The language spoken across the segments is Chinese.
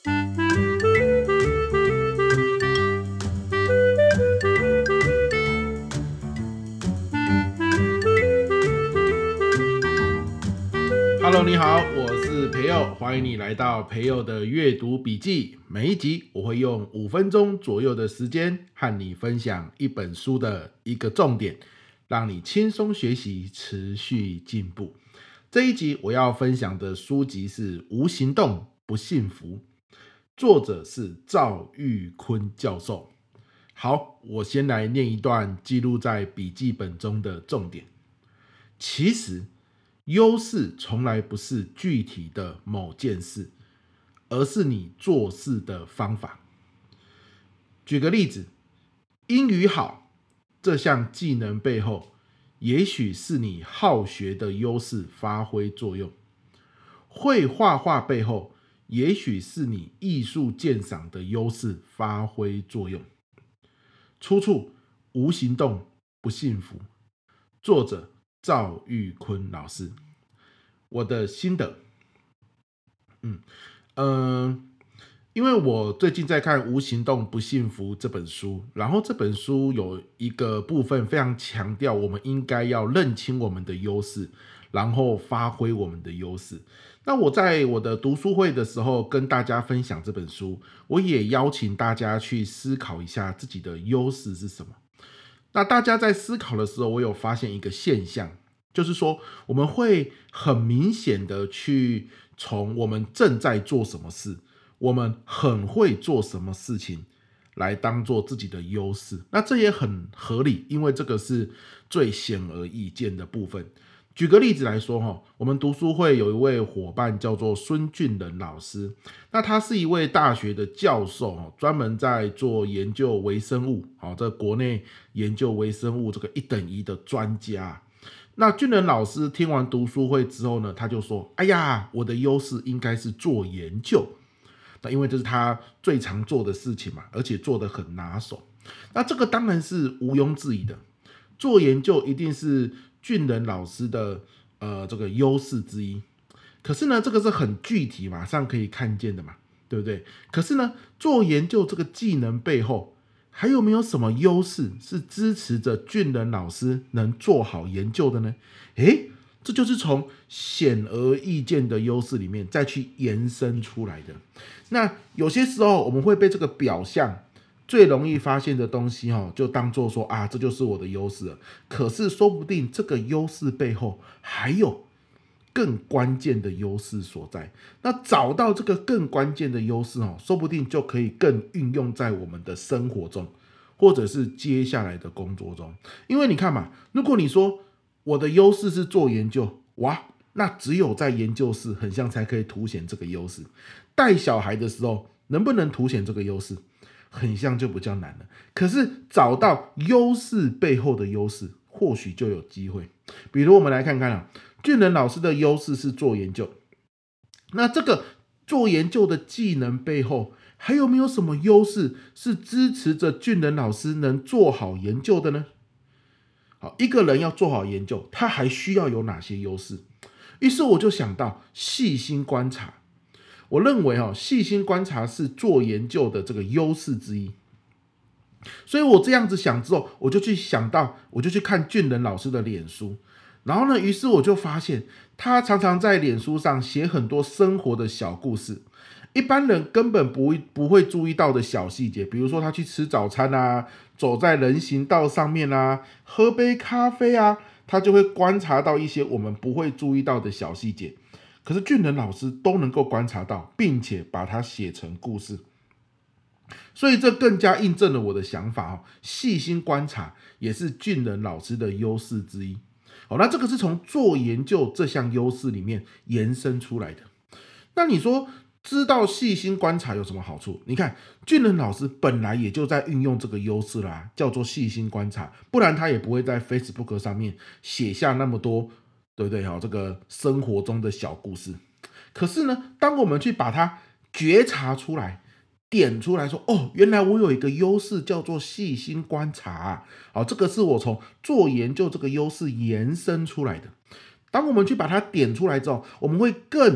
Hello， 你好，我是培佑，欢迎你来到培佑的阅读笔记。每一集我会用5分钟左右的时间和你分享一本书的一个重点，让你轻松学习，持续进步。这一集我要分享的书籍是《无行动不幸福》，作者是赵玉坤教授。好，我先来念一段记录在笔记本中的重点。其实优势从来不是具体的某件事，而是你做事的方法。举个例子，英语好这项技能背后，也许是你好学的优势发挥作用；会画画背后，也许是你艺术鉴赏的优势发挥作用。出处：无行动不幸福，作者赵玉坤老师。我的心得，因为我最近在看《无行动不幸福》这本书，然后这本书有一个部分非常强调我们应该要认清我们的优势，然后发挥我们的优势。那我在我的读书会的时候跟大家分享这本书，我也邀请大家去思考一下自己的优势是什么。那大家在思考的时候，我有发现一个现象，就是说我们会很明显的去从我们正在做什么事，我们很会做什么事情来当做自己的优势。那这也很合理，因为这个是最显而易见的部分。举个例子来说，我们读书会有一位伙伴叫做孙俊仁老师，那他是一位大学的教授，专门在做研究微生物，在国内研究微生物这个1等1的专家。那俊仁老师听完读书会之后呢，他就说：哎呀，我的优势应该是做研究。那因为这是他最常做的事情嘛，而且做得很拿手。那这个当然是毋庸置疑的，做研究一定是俊仁老师的这个优势之一。可是呢，这个是很具体，马上可以看见的嘛，对不对？可是呢，做研究这个技能背后，还有没有什么优势是支持着俊仁老师能做好研究的呢？这就是从显而易见的优势里面再去延伸出来的。那有些时候我们会被这个表象最容易发现的东西就当作说这就是我的优势了。可是说不定这个优势背后还有更关键的优势所在。那找到这个更关键的优势说不定就可以更运用在我们的生活中，或者是接下来的工作中。因为你看嘛，如果你说我的优势是做研究，那只有在研究室很像才可以凸显这个优势。带小孩的时候能不能凸显这个优势，很像就比较难了。可是找到优势背后的优势，或许就有机会。比如我们来看看俊仁老师的优势是做研究，那这个做研究的技能背后还有没有什么优势是支持着俊仁老师能做好研究的呢？好，一个人要做好研究，他还需要有哪些优势？于是我就想到细心观察。我认为细心观察是做研究的这个优势之一。所以我这样子想之后，我就去看俊仁老师的脸书，然后呢，于是我就发现他常常在脸书上写很多生活的小故事，一般人根本不会注意到的小细节，比如说他去吃早餐走在人行道上面喝杯咖啡他就会观察到一些我们不会注意到的小细节。可是俊仁老师都能够观察到，并且把它写成故事。所以这更加印证了我的想法细心观察也是俊仁老师的优势之一。那这个是从做研究这项优势里面延伸出来的。那你说知道细心观察有什么好处？你看俊仁老师本来也就在运用这个优势啦，叫做细心观察，不然他也不会在 Facebook 上面写下那么多，对不对？这个生活中的小故事。可是呢，当我们去把它觉察出来，点出来说，原来我有一个优势叫做细心观察这个是我从做研究这个优势延伸出来的。当我们去把它点出来之后，我们会更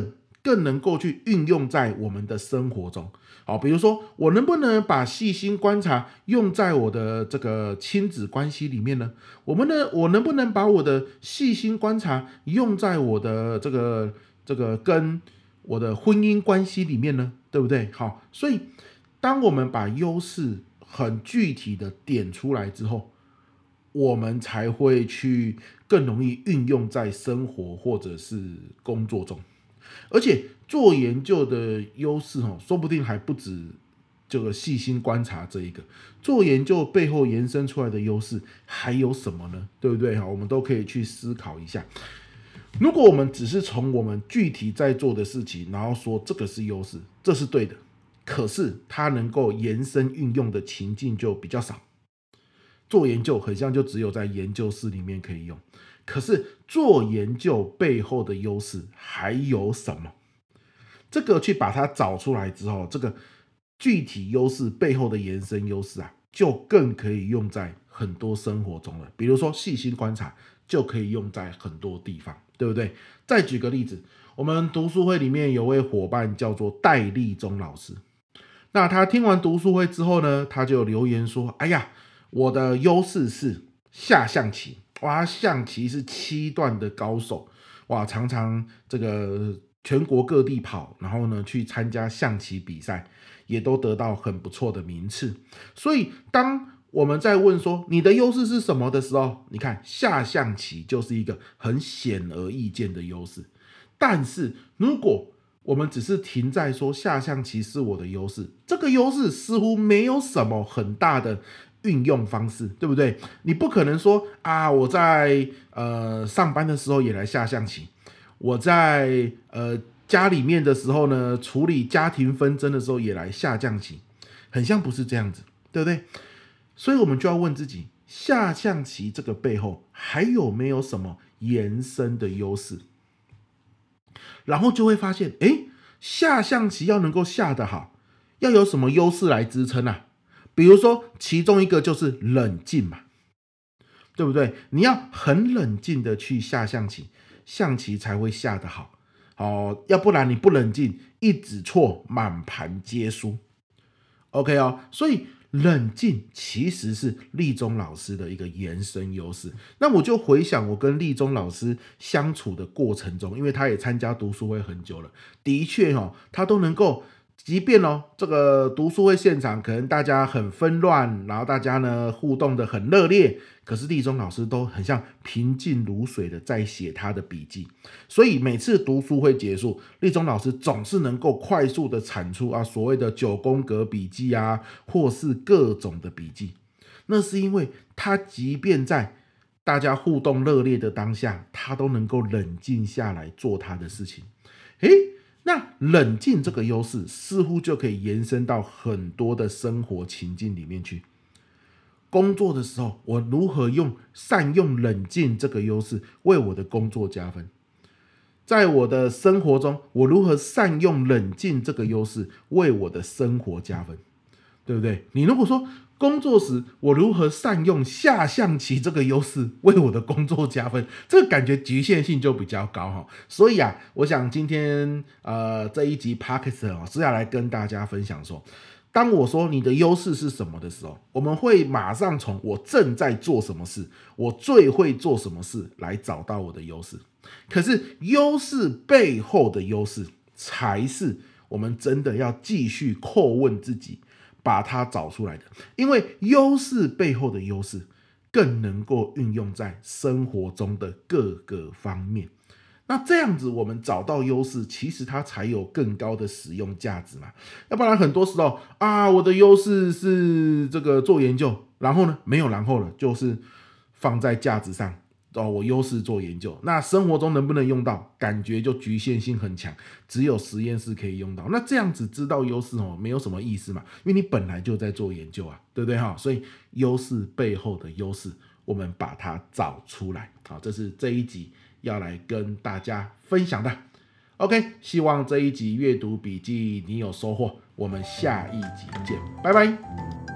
更能够去运用在我们的生活中。好，比如说我能不能把细心观察用在我的这个亲子关系里面呢？我能不能把我的细心观察用在我的这个跟我的婚姻关系里面呢？对不对？好，所以当我们把优势很具体的点出来之后，我们才会去更容易运用在生活或者是工作中。而且做研究的优势说不定还不止这个细心观察这一个，做研究背后延伸出来的优势还有什么呢？对不对？我们都可以去思考一下。如果我们只是从我们具体在做的事情，然后说这个是优势，这是对的，可是它能够延伸运用的情境就比较少。做研究很像就只有在研究室里面可以用，可是做研究背后的优势还有什么？这个去把它找出来之后，这个具体优势背后的延伸优势就更可以用在很多生活中了。比如说细心观察就可以用在很多地方，对不对？再举个例子，我们读书会里面有位伙伴叫做戴立中老师，那他听完读书会之后呢，他就留言说：哎呀，我的优势是下象棋，哇，象棋是7段的高手，哇，常常这个全国各地跑，然后呢去参加象棋比赛，也都得到很不错的名次。所以当我们在问说你的优势是什么的时候，你看下象棋就是一个很显而易见的优势。但是如果我们只是停在说下象棋是我的优势，这个优势似乎没有什么很大的运用方式，对不对？你不可能说我在上班的时候也来下象棋，我在家里面的时候呢，处理家庭纷争的时候也来下象棋，很像不是这样子，对不对？所以我们就要问自己，下象棋这个背后还有没有什么延伸的优势？然后就会发现，下象棋要能够下得好，要有什么优势来支撑啊？比如说，其中一个就是冷静嘛，对不对？你要很冷静的去下象棋，象棋才会下得好。要不然你不冷静，一子错，满盘皆输。OK 所以冷静其实是立中老师的一个延伸优势。那我就回想我跟立中老师相处的过程中，因为他也参加读书会很久了，的确他都能够，即便这个读书会现场可能大家很纷乱，然后大家呢互动的很热烈，可是立中老师都很像平静如水的在写他的笔记。所以每次读书会结束，立中老师总是能够快速的产出所谓的9宫格笔记或是各种的笔记。那是因为他即便在大家互动热烈的当下，他都能够冷静下来做他的事情。那冷静这个优势似乎就可以延伸到很多的生活情境里面去。工作的时候，我如何善用冷静这个优势为我的工作加分？在我的生活中，我如何善用冷静这个优势为我的生活加分？对不对？你如果说工作时我如何善用下象棋这个优势为我的工作加分，这个感觉局限性就比较高所以我想今天这一集 Podcast 是要来跟大家分享说，当我说你的优势是什么的时候，我们会马上从我正在做什么事，我最会做什么事来找到我的优势。可是优势背后的优势才是我们真的要继续叩问自己，把它找出来的。因为优势背后的优势更能够运用在生活中的各个方面。那这样子我们找到优势，其实它才有更高的使用价值嘛。要不然很多时候我的优势是这个做研究，然后呢没有然后了，就是放在架子上我优势做研究，那生活中能不能用到，感觉就局限性很强，只有实验室可以用到。那这样子知道优势没有什么意思嘛，因为你本来就在做研究对不对所以优势背后的优势，我们把它找出来。好，这是这一集要来跟大家分享的。OK， 希望这一集阅读笔记你有收获，我们下一集见，拜拜。